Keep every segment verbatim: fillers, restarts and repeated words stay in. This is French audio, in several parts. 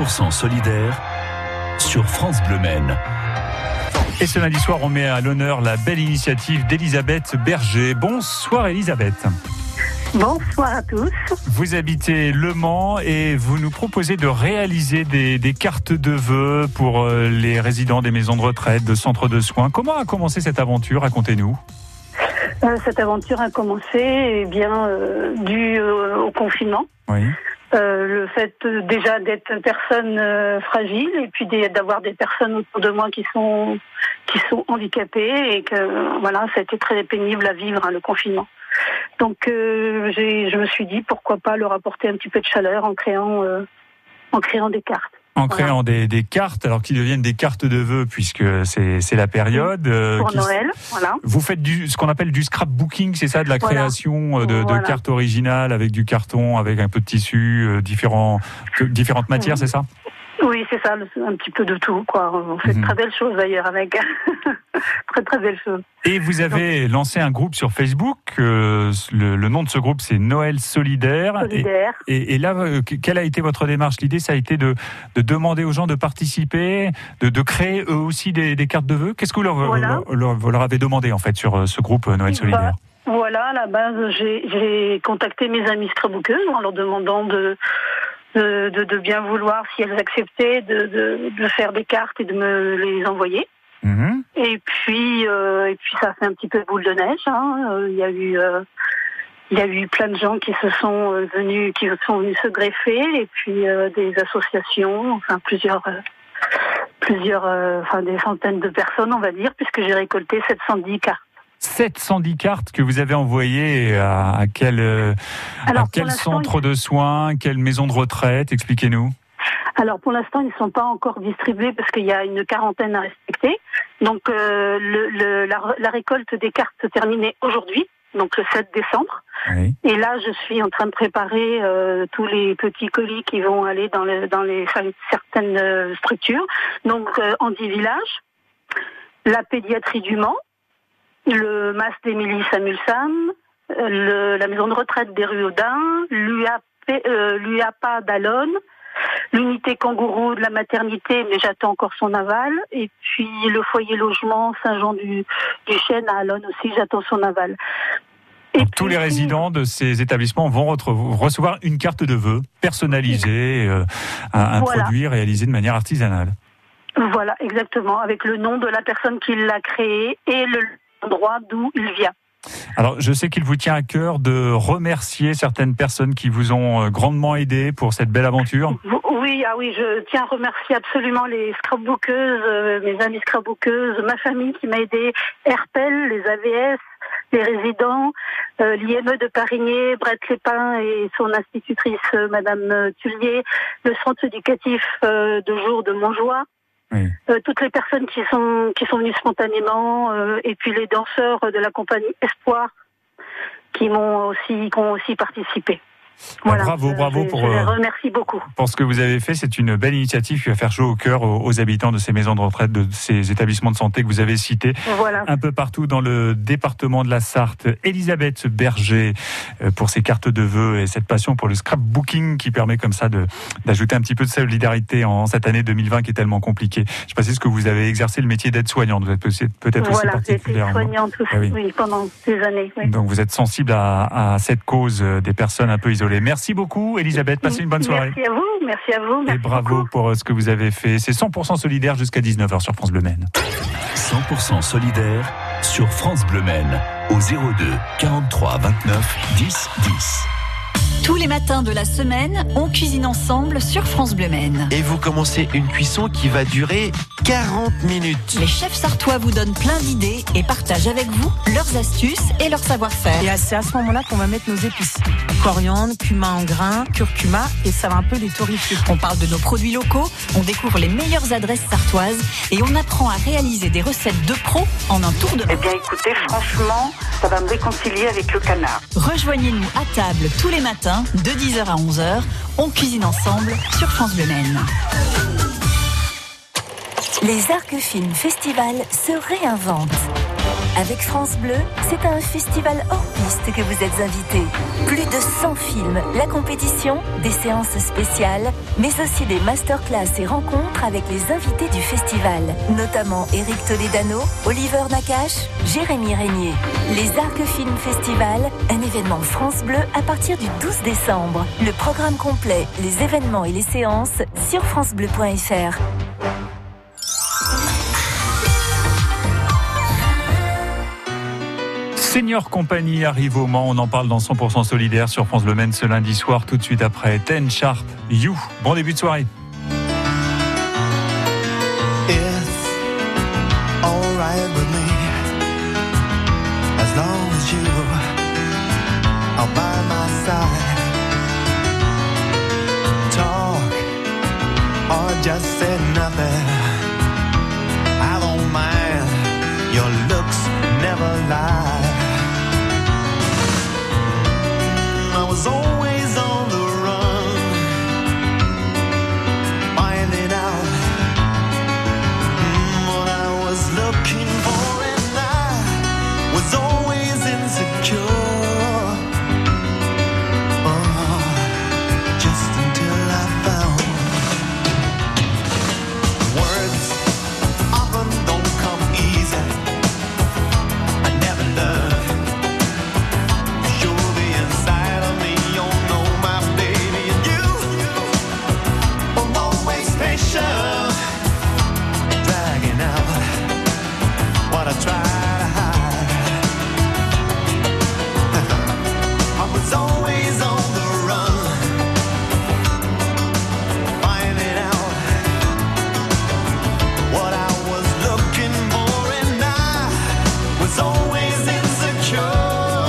pour cent solidaire sur France Bleu Maine. Et ce lundi soir, on met à l'honneur la belle initiative d'Elisabeth Berger. Bonsoir Elisabeth. Bonsoir à tous. Vous habitez Le Mans et vous nous proposez de réaliser des, des cartes de vœux pour les résidents des maisons de retraite, de centres de soins. Comment a commencé cette aventure ? Racontez-nous. Euh, cette aventure a commencé eh bien, euh, dû euh, au confinement. Oui. Euh, le fait euh, déjà d'être une personne euh, fragile et puis des, d'avoir des personnes autour de moi qui sont qui sont handicapées et que voilà, ça a été très pénible à vivre hein, le confinement. Donc euh, j'ai, je me suis dit pourquoi pas leur apporter un petit peu de chaleur en créant euh, en créant des cartes. En créant voilà. des, des cartes, alors qu'ils deviennent des cartes de vœux, puisque c'est, c'est la période. Euh, Pour qui, Noël, voilà. Vous faites du, ce qu'on appelle du scrapbooking, c'est ça, de la voilà. création de, voilà. de cartes originales avec du carton, avec un peu de tissu, euh, différents, différentes matières, mmh. c'est ça ? Oui, c'est ça, un petit peu de tout, quoi. On fait mmh. de très belles choses d'ailleurs avec. très très belles choses. Et vous avez Donc, lancé un groupe sur Facebook. Euh, le, le nom de ce groupe, c'est Noël Solidaire. Solidaire. Et, et, et là, euh, quelle a été votre démarche ? L'idée, ça a été de, de demander aux gens de participer, de, de créer eux aussi des, des cartes de vœux. Qu'est-ce que vous leur, voilà. leur, leur, vous leur avez demandé en fait sur ce groupe Noël Solidaire ? bah, Voilà, à la base, j'ai, j'ai contacté mes amies scrapbookeuses en leur demandant de De, de, de bien vouloir, si elles acceptaient, de, de, de faire des cartes et de me les envoyer. Mmh. Et puis, euh, et puis ça a fait un petit peu boule de neige. Hein. Il y a eu, euh, il y a eu plein de gens qui se sont euh, venus, qui sont venus se greffer, et puis euh, des associations, enfin plusieurs, euh, plusieurs, euh, enfin des centaines de personnes, on va dire, puisque j'ai récolté sept cent dix cartes. sept cent dix cartes que vous avez envoyées à, à quel, Alors, à quel centre de soins, quelle maison de retraite ? Expliquez-nous. Alors pour l'instant, ils ne sont pas encore distribués parce qu'il y a une quarantaine à respecter. Donc euh, le, le, la, la récolte des cartes se terminait aujourd'hui, donc le sept décembre. Oui. Et là, je suis en train de préparer euh, tous les petits colis qui vont aller dans, le, dans les, certaines euh, structures. Donc euh, Andy Village, la pédiatrie du Mans, le M A S d'Émilie Samulsam, le, la maison de retraite des Ruaudins, l'U A P, euh, l'U A P A d'Alonne, l'unité kangourou de la maternité, mais j'attends encore son aval, et puis le foyer logement Saint-Jean-du-Chêne à Alonne aussi, j'attends son aval. Et Donc, puis, tous les résidents de ces établissements vont recevoir une carte de vœux personnalisée, euh, un, un voilà. produit réalisé de manière artisanale. Voilà, exactement, avec le nom de la personne qui l'a créé et le endroit d'où il vient. Alors, je sais qu'il vous tient à cœur de remercier certaines personnes qui vous ont grandement aidé pour cette belle aventure. Oui, ah oui, je tiens à remercier absolument les scrapbookeuses, euh, mes amies scrapbookeuses, ma famille qui m'a aidé, Herpel, les A V S, les résidents, euh, l'I M E de Parigné, Brett Lépin et son institutrice, euh, Madame Tullier, le centre éducatif euh, de jour de Montjoie. Oui. Euh, toutes les personnes qui sont qui sont venues spontanément euh, et puis les danseurs de la compagnie Espoir qui m'ont aussi qui ont aussi participé. Voilà. Bravo, bravo je, pour. Je les remercie beaucoup. Pour ce que vous avez fait, c'est une belle initiative qui va faire chaud au cœur aux, aux habitants de ces maisons de retraite, de ces établissements de santé que vous avez cités, voilà. un peu partout dans le département de la Sarthe. Elisabeth Berger pour ses cartes de vœux et cette passion pour le scrapbooking qui permet comme ça de d'ajouter un petit peu de solidarité en cette année deux mille vingt qui est tellement compliquée. Je sais ce que vous avez exercé le métier d'aide-soignante. Vous êtes peut-être voilà, aussi particulièrement. Voilà, j'ai été soignante aussi, ah oui. oui, pendant des années. Oui. Donc vous êtes sensible à, à cette cause des personnes un peu isolées. Merci beaucoup, Elisabeth. Passez une bonne soirée. Merci à vous. Merci à vous. Merci Et bravo beaucoup. pour ce que vous avez fait. C'est cent pour cent solidaire jusqu'à dix-neuf heures sur France Bleu Maine. cent pour cent solidaire sur France Bleu Maine au zéro deux quarante-trois vingt-neuf dix dix. Tous les matins de la semaine, on cuisine ensemble sur France Bleu Maine. Et vous commencez une cuisson qui va durer quarante minutes. Les chefs sartois vous donnent plein d'idées et partagent avec vous leurs astuces et leur savoir-faire. Et c'est à ce moment-là qu'on va mettre nos épices. Coriandre, cumin en grains, curcuma, et ça va un peu les torréfier. On parle de nos produits locaux, on découvre les meilleures adresses sartoises et on apprend à réaliser des recettes de pros en un tour de main. Eh bien écoutez, franchement, ça va me réconcilier avec le canard. Rejoignez-nous à table tous les matins de dix heures à onze heures. On cuisine ensemble sur France Bleu Maine. Les Arquefilms Festival se réinventent. Avec France Bleu, c'est à un festival hors piste que vous êtes invités. Plus de cent films, la compétition, des séances spéciales, mais aussi des masterclass et rencontres avec les invités du festival, notamment Éric Toledano, Oliver Nakache, Jérémy Régnier. Les Arcs Film Festival, un événement France Bleu à partir du douze décembre. Le programme complet, les événements et les séances sur francebleu point f r. Senior Company arrive au Mans, on en parle dans cent pour cent solidaire sur France Bleu Maine ce lundi soir, tout de suite après Ten Sharp, You. Bon début de soirée. It's all right with me, as long as you are by my side. Talk or just say nothing, I don't mind, your looks never lie. I was always on the run, finding out mm, what I was looking for, and I was always insecure. Oh, just until I found words often don't come easy. I never learned. Dragging out what I try to hide. I was always on the run, finding out what I was looking for, and I was always insecure.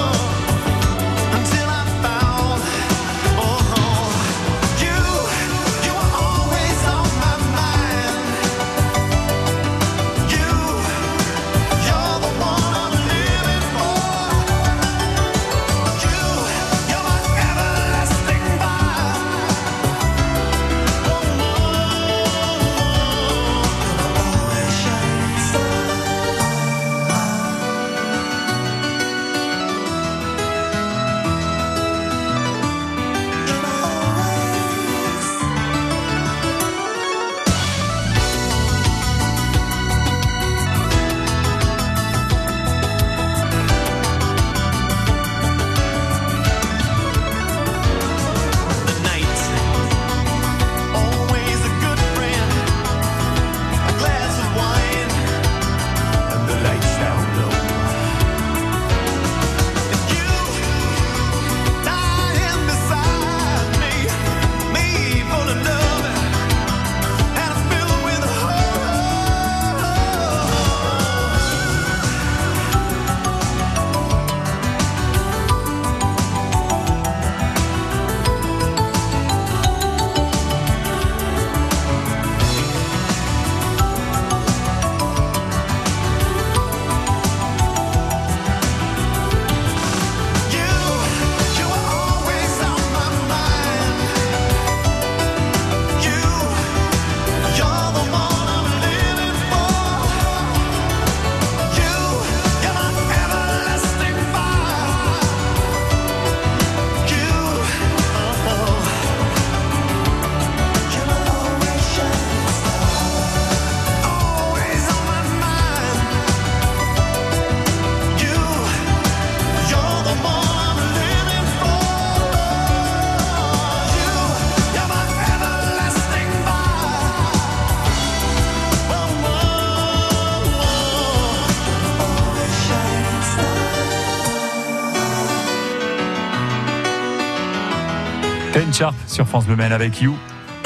Ten Sharp sur France Bleu Maine avec You.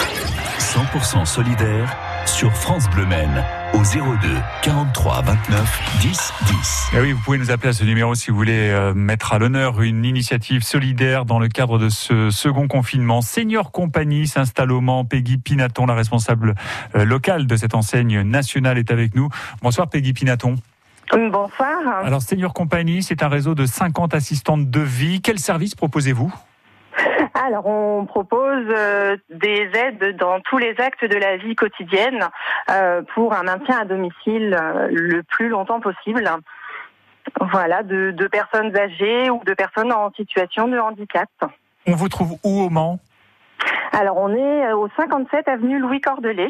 cent pour cent solidaire sur France Bleu Maine au zéro deux quarante-trois vingt-neuf dix dix. Et oui, vous pouvez nous appeler à ce numéro si vous voulez euh, mettre à l'honneur une initiative solidaire dans le cadre de ce second confinement. Senior Company s'installe au Mans. Peggy Pinaton, la responsable euh, locale de cette enseigne nationale, est avec nous. Bonsoir Peggy Pinaton. Bonsoir. Alors Senior Company, c'est un réseau de cinquante assistantes de vie. Quel service proposez-vous ? Alors, on propose euh, des aides dans tous les actes de la vie quotidienne euh, pour un maintien à domicile euh, le plus longtemps possible. Voilà, de, de personnes âgées ou de personnes en situation de handicap. On vous trouve où au Mans ? Alors, on est au cinquante-sept avenue Louis Cordelet.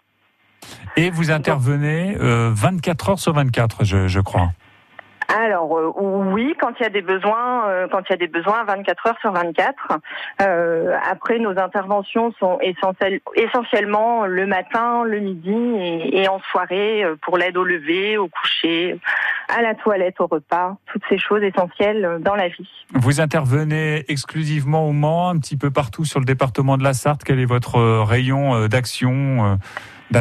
Et vous intervenez euh, vingt-quatre heures sur vingt-quatre, je, je crois. Alors euh, oui, quand il y a des besoins, euh, quand il y a des besoins, vingt-quatre heures sur vingt-quatre. Euh, après, nos interventions sont essentielles, essentiellement le matin, le midi et, et en soirée pour l'aide au lever, au coucher, à la toilette, au repas, toutes ces choses essentielles dans la vie. Vous intervenez exclusivement au Mans, un petit peu partout sur le département de la Sarthe. Quel est votre rayon d'action, d'intervention ?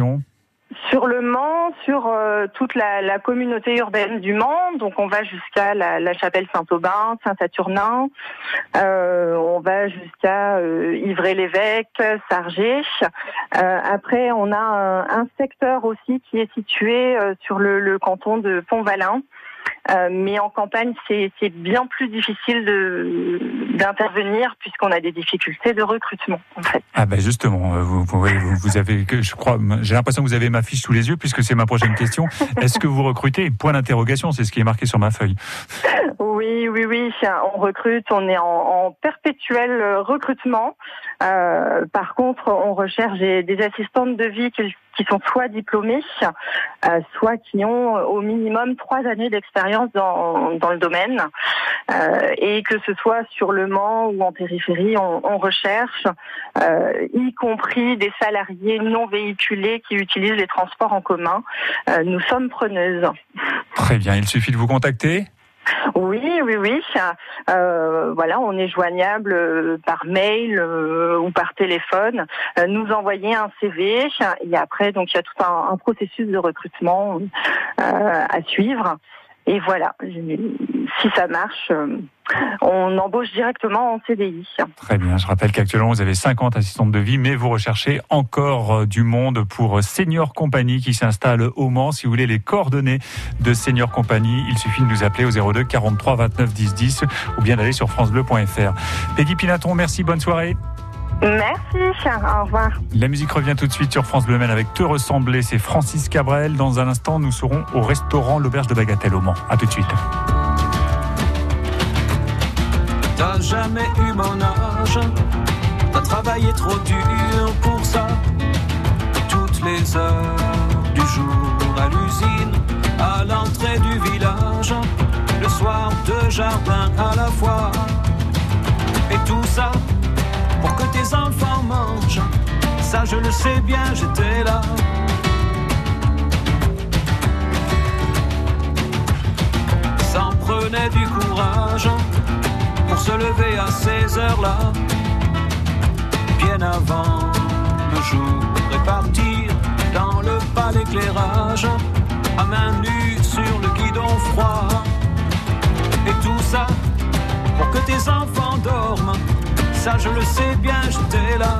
Alors, sur le Mans, sur euh, toute la, la communauté urbaine du Mans, donc on va jusqu'à la, la chapelle Saint-Aubin, Saint-Saturnin, euh, on va jusqu'à euh, Ivray-l'Évêque, Sargé. Euh, après, on a un, un secteur aussi qui est situé euh, sur le, le canton de Pont-Valin. Euh, mais en campagne, c'est, c'est bien plus difficile de, d'intervenir puisqu'on a des difficultés de recrutement, en fait. Ah ben justement, vous, vous, vous avez, je crois, j'ai l'impression que vous avez ma fiche sous les yeux puisque c'est ma prochaine question. Est-ce que vous recrutez ? Point d'interrogation, c'est ce qui est marqué sur ma feuille. Oui, oui, oui, on recrute, on est en, en perpétuel recrutement. Euh, par contre, on recherche des, des assistantes de vie qui, qui sont soit diplômées, euh, soit qui ont au minimum trois années d'expérience dans, dans le domaine. Euh, et que ce soit sur le Mans ou en périphérie, on, on recherche, euh, y compris des salariés non véhiculés qui utilisent les transports en commun. Euh, nous sommes preneuses. Très bien, il suffit de vous contacter ? Oui, oui, oui. Euh, voilà, on est joignable par mail euh, ou par téléphone. Euh, nous envoyer un C V et après, donc il y a tout un, un processus de recrutement euh, à suivre. Et voilà, si ça marche, on embauche directement en C D I. Très bien, je rappelle qu'actuellement vous avez cinquante assistantes de vie, mais vous recherchez encore du monde pour Senior Compagnie qui s'installe au Mans. Si vous voulez les coordonnées de Senior Compagnie, il suffit de nous appeler au zéro deux quarante-trois vingt-neuf dix dix ou bien d'aller sur francebleu point f r. Peggy Pinaton, merci, bonne soirée. Merci, au revoir. La musique revient tout de suite sur France Bleu Maine avec Te ressembler, c'est Francis Cabrel. Dans un instant, nous serons au restaurant L'Auberge de Bagatelle au Mans. A tout de suite. T'as jamais eu mon âge, t'as travaillé trop dur pour ça. Toutes les heures du jour à l'usine, à l'entrée du village, le soir deux jardins à la fois. Et tout ça pour que tes enfants mangent, ça je le sais bien, j'étais là. Ça en prenait du courage pour se lever à ces heures-là, bien avant le jour, et partir dans le pas d'éclairage, à main nue sur le guidon froid. Et tout ça pour que tes enfants dorment, ça je le sais bien, j'étais là.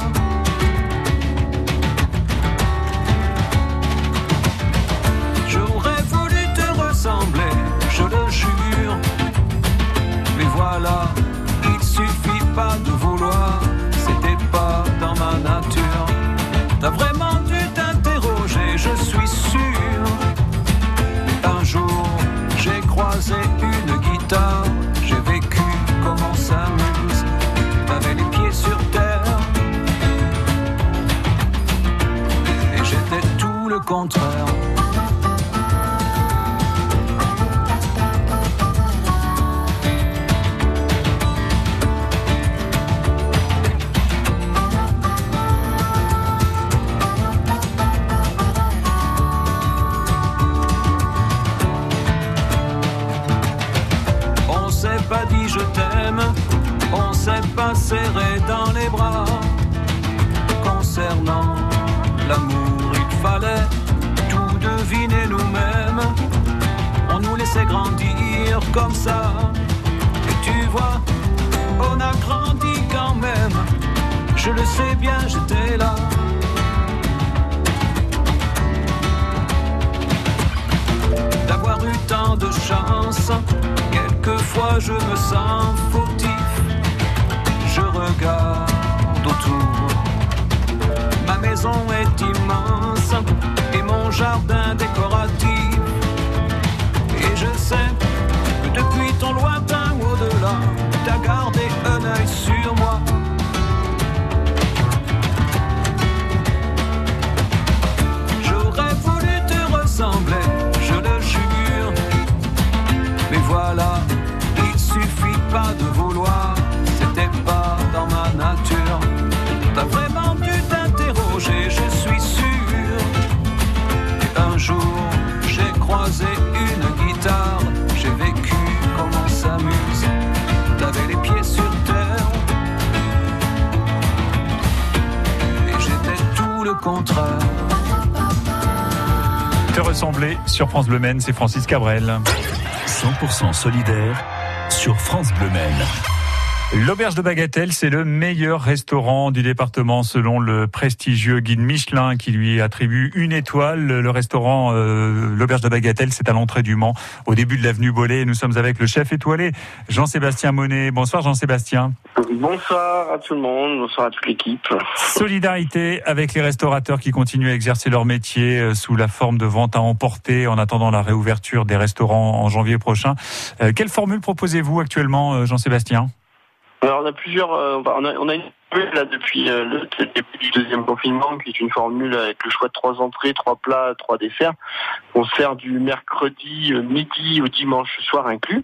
J'aurais voulu te ressembler, je le jure. Mais voilà, il suffit pas de vouloir, c'était pas dans ma nature. T'as vraiment dû t'interroger, je suis sûr. Un jour, j'ai croisé une guitare, j'ai vécu comme on s'amuse. T'avais les pieds sur terre et j'étais tout le contraire. On s'est pas dit je t'aime, on s'est pas serré dans les bras. Concernant l'amour, il fallait tout deviner nous-mêmes. On nous laissait grandir comme ça. Et tu vois, on a grandi quand même. Je le sais bien, j'étais là. D'avoir eu tant de chance, quelquefois je me sens fautif. Je regarde autour, ma maison est immense et mon jardin décoratif. Et je sais contraire. Te ressembler sur France Bleu Maine, c'est Francis Cabrel. cent pour cent solidaire sur France Bleu Maine. L'Auberge de Bagatelle, c'est le meilleur restaurant du département selon le prestigieux guide Michelin qui lui attribue une étoile. Le restaurant euh, l'Auberge de Bagatelle, c'est à l'entrée du Mans, au début de l'avenue Bollé. Nous sommes avec le chef étoilé, Jean-Sébastien Monet. Bonsoir Jean-Sébastien. Bonsoir à tout le monde, bonsoir à toute l'équipe. Solidarité avec les restaurateurs qui continuent à exercer leur métier sous la forme de vente à emporter en attendant la réouverture des restaurants en janvier prochain. Euh, quelle formule proposez-vous actuellement, Jean-Sébastien ? Alors on a plusieurs, euh, on a, on a une formule là depuis euh, le début du deuxième confinement qui est une formule avec le choix de trois entrées, trois plats, trois desserts. On sert du mercredi euh, midi au dimanche soir inclus.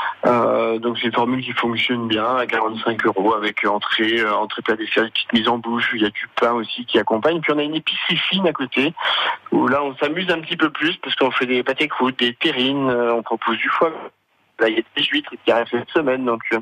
Euh, donc c'est une formule qui fonctionne bien à quarante-cinq euros avec entrée, euh, entrée plat dessert, une petite mise en bouche. Il y a du pain aussi qui accompagne. Puis on a une épicerie fine à côté où là on s'amuse un petit peu plus parce qu'on fait des pâtés croûtes, des terrines, euh, on propose du foie. Là, il y a des huîtres qui arrivent cette semaine, donc euh,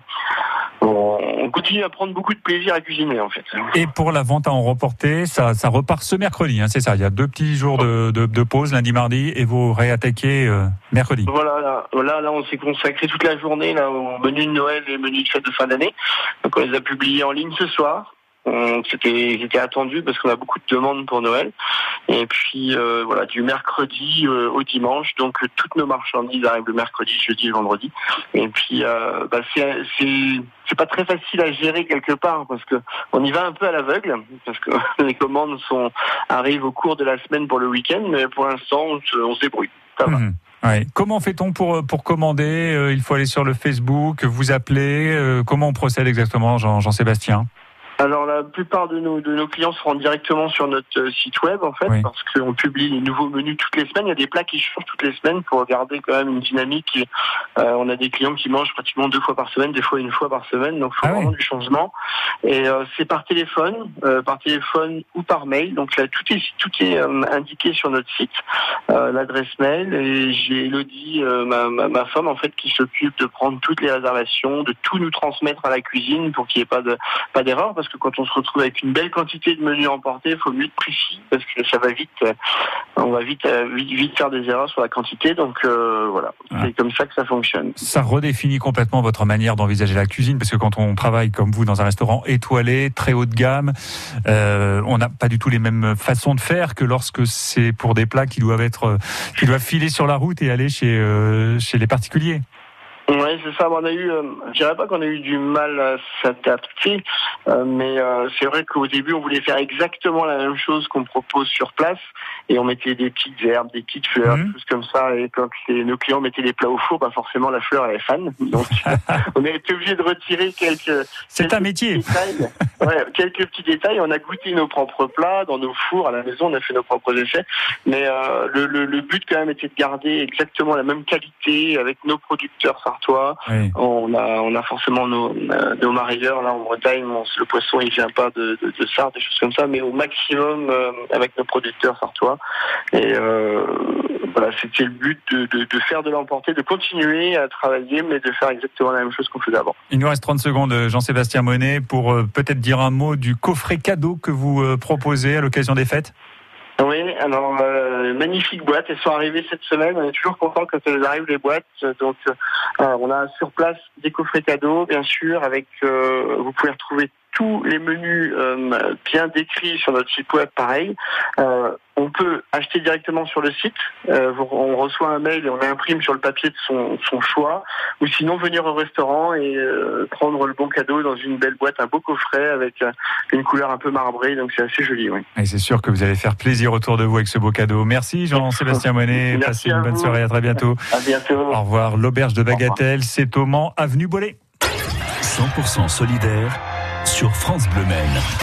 on, on continue à prendre beaucoup de plaisir à cuisiner, en fait. Et pour la vente à en reporter, ça, ça repart ce mercredi, hein, c'est ça. Il y a deux petits jours de, de, de pause, lundi, mardi, et vous réattaquez euh, mercredi. Voilà, là, voilà, là, on s'est consacré toute la journée là au menu de Noël et menu de fête de fin d'année. Donc, on les a publiés en ligne ce soir. C'était, c'était attendu parce qu'on a beaucoup de demandes pour Noël. Et puis euh, voilà, du mercredi euh, au dimanche, donc euh, toutes nos marchandises arrivent le mercredi, jeudi et vendredi. Et puis euh, bah, c'est, c'est, c'est pas très facile à gérer quelque part parce que on y va un peu à l'aveugle parce que les commandes sont arrivent au cours de la semaine pour le week-end, mais pour l'instant on se, on se débrouille. Ça va. Mmh. Ouais. Comment fait-on pour pour commander ? euh, Il faut aller sur le Facebook, vous appeler. Euh, comment on procède exactement, Jean, Jean-Sébastien ? Alors la plupart de nos de nos clients se rendent directement sur notre site web en fait, oui. Parce qu'on publie les nouveaux menus toutes les semaines. Il y a des plats qui changent toutes les semaines pour garder quand même une dynamique. Et, euh, on a des clients qui mangent pratiquement deux fois par semaine, des fois une fois par semaine. Donc il faut ah vraiment oui. du changement. Et euh, c'est par téléphone, euh, par téléphone ou par mail. Donc là tout est tout est euh, indiqué sur notre site, euh, l'adresse mail. Et j'ai Elodie, euh, ma, ma ma femme en fait, qui s'occupe de prendre toutes les réservations, de tout nous transmettre à la cuisine pour qu'il n'y ait pas de pas d'erreur. Parce que quand on se retrouve avec une belle quantité de menus emportés, il faut mieux être précis parce que ça va vite, on va vite, vite, vite faire des erreurs sur la quantité. Donc euh, voilà, ah. c'est comme ça que ça fonctionne. Ça redéfinit complètement votre manière d'envisager la cuisine parce que quand on travaille comme vous dans un restaurant étoilé, très haut de gamme, euh, on n'a pas du tout les mêmes façons de faire que lorsque c'est pour des plats qui doivent être, qui doivent filer sur la route et aller chez euh, chez les particuliers. Oui, c'est ça. On a eu, euh, je dirais pas qu'on a eu du mal à s'adapter, euh, mais euh, c'est vrai qu'au début, on voulait faire exactement la même chose qu'on propose sur place, et on mettait des petites herbes, des petites fleurs, mmh. des choses comme ça. Et quand les, nos clients mettaient les plats au four, bah forcément la fleur elle est fan. Donc on a été obligé de retirer quelques. C'est quelques un métier. Détails. Ouais, quelques petits détails. On a goûté nos propres plats dans nos fours à la maison. On a fait nos propres essais, mais euh, le, le, le but quand même était de garder exactement la même qualité avec nos producteurs. Toi, oui. on a on a forcément nos nos marailleurs là en Bretagne. On, le poisson il vient pas de, de de Sarthe, des choses comme ça, mais au maximum euh, avec nos producteurs sartois. Et euh, voilà, c'était le but de, de de faire de l'emporter, de continuer à travailler, mais de faire exactement la même chose qu'on faisait avant. Il nous reste trente secondes, Jean-Sébastien Monet, pour euh, peut-être dire un mot du coffret cadeau que vous euh, proposez à l'occasion des fêtes. Oui, alors euh, magnifiques boîtes, elles sont arrivées cette semaine. On est toujours content quand elles arrivent les boîtes. Donc, euh, on a sur place des coffrets cadeaux, bien sûr. Avec, euh, vous pouvez retrouver tous les menus euh, bien décrits sur notre site web, pareil. Euh, on peut acheter directement sur le site. Euh, on reçoit un mail et on imprime sur le papier de son, son choix. Ou sinon, venir au restaurant et euh, prendre le bon cadeau dans une belle boîte, un beau coffret avec euh, une couleur un peu marbrée. Donc, c'est assez joli, oui. Et c'est sûr que vous allez faire plaisir autour de vous avec ce beau cadeau. Merci Jean-Sébastien Monet. Passez une bonne vous. soirée. À très bientôt. À bientôt. Au revoir. L'Auberge de Bagatelle, c'est au Mans, avenue Bollé. cent pour cent solidaire sur France Bleu Maine.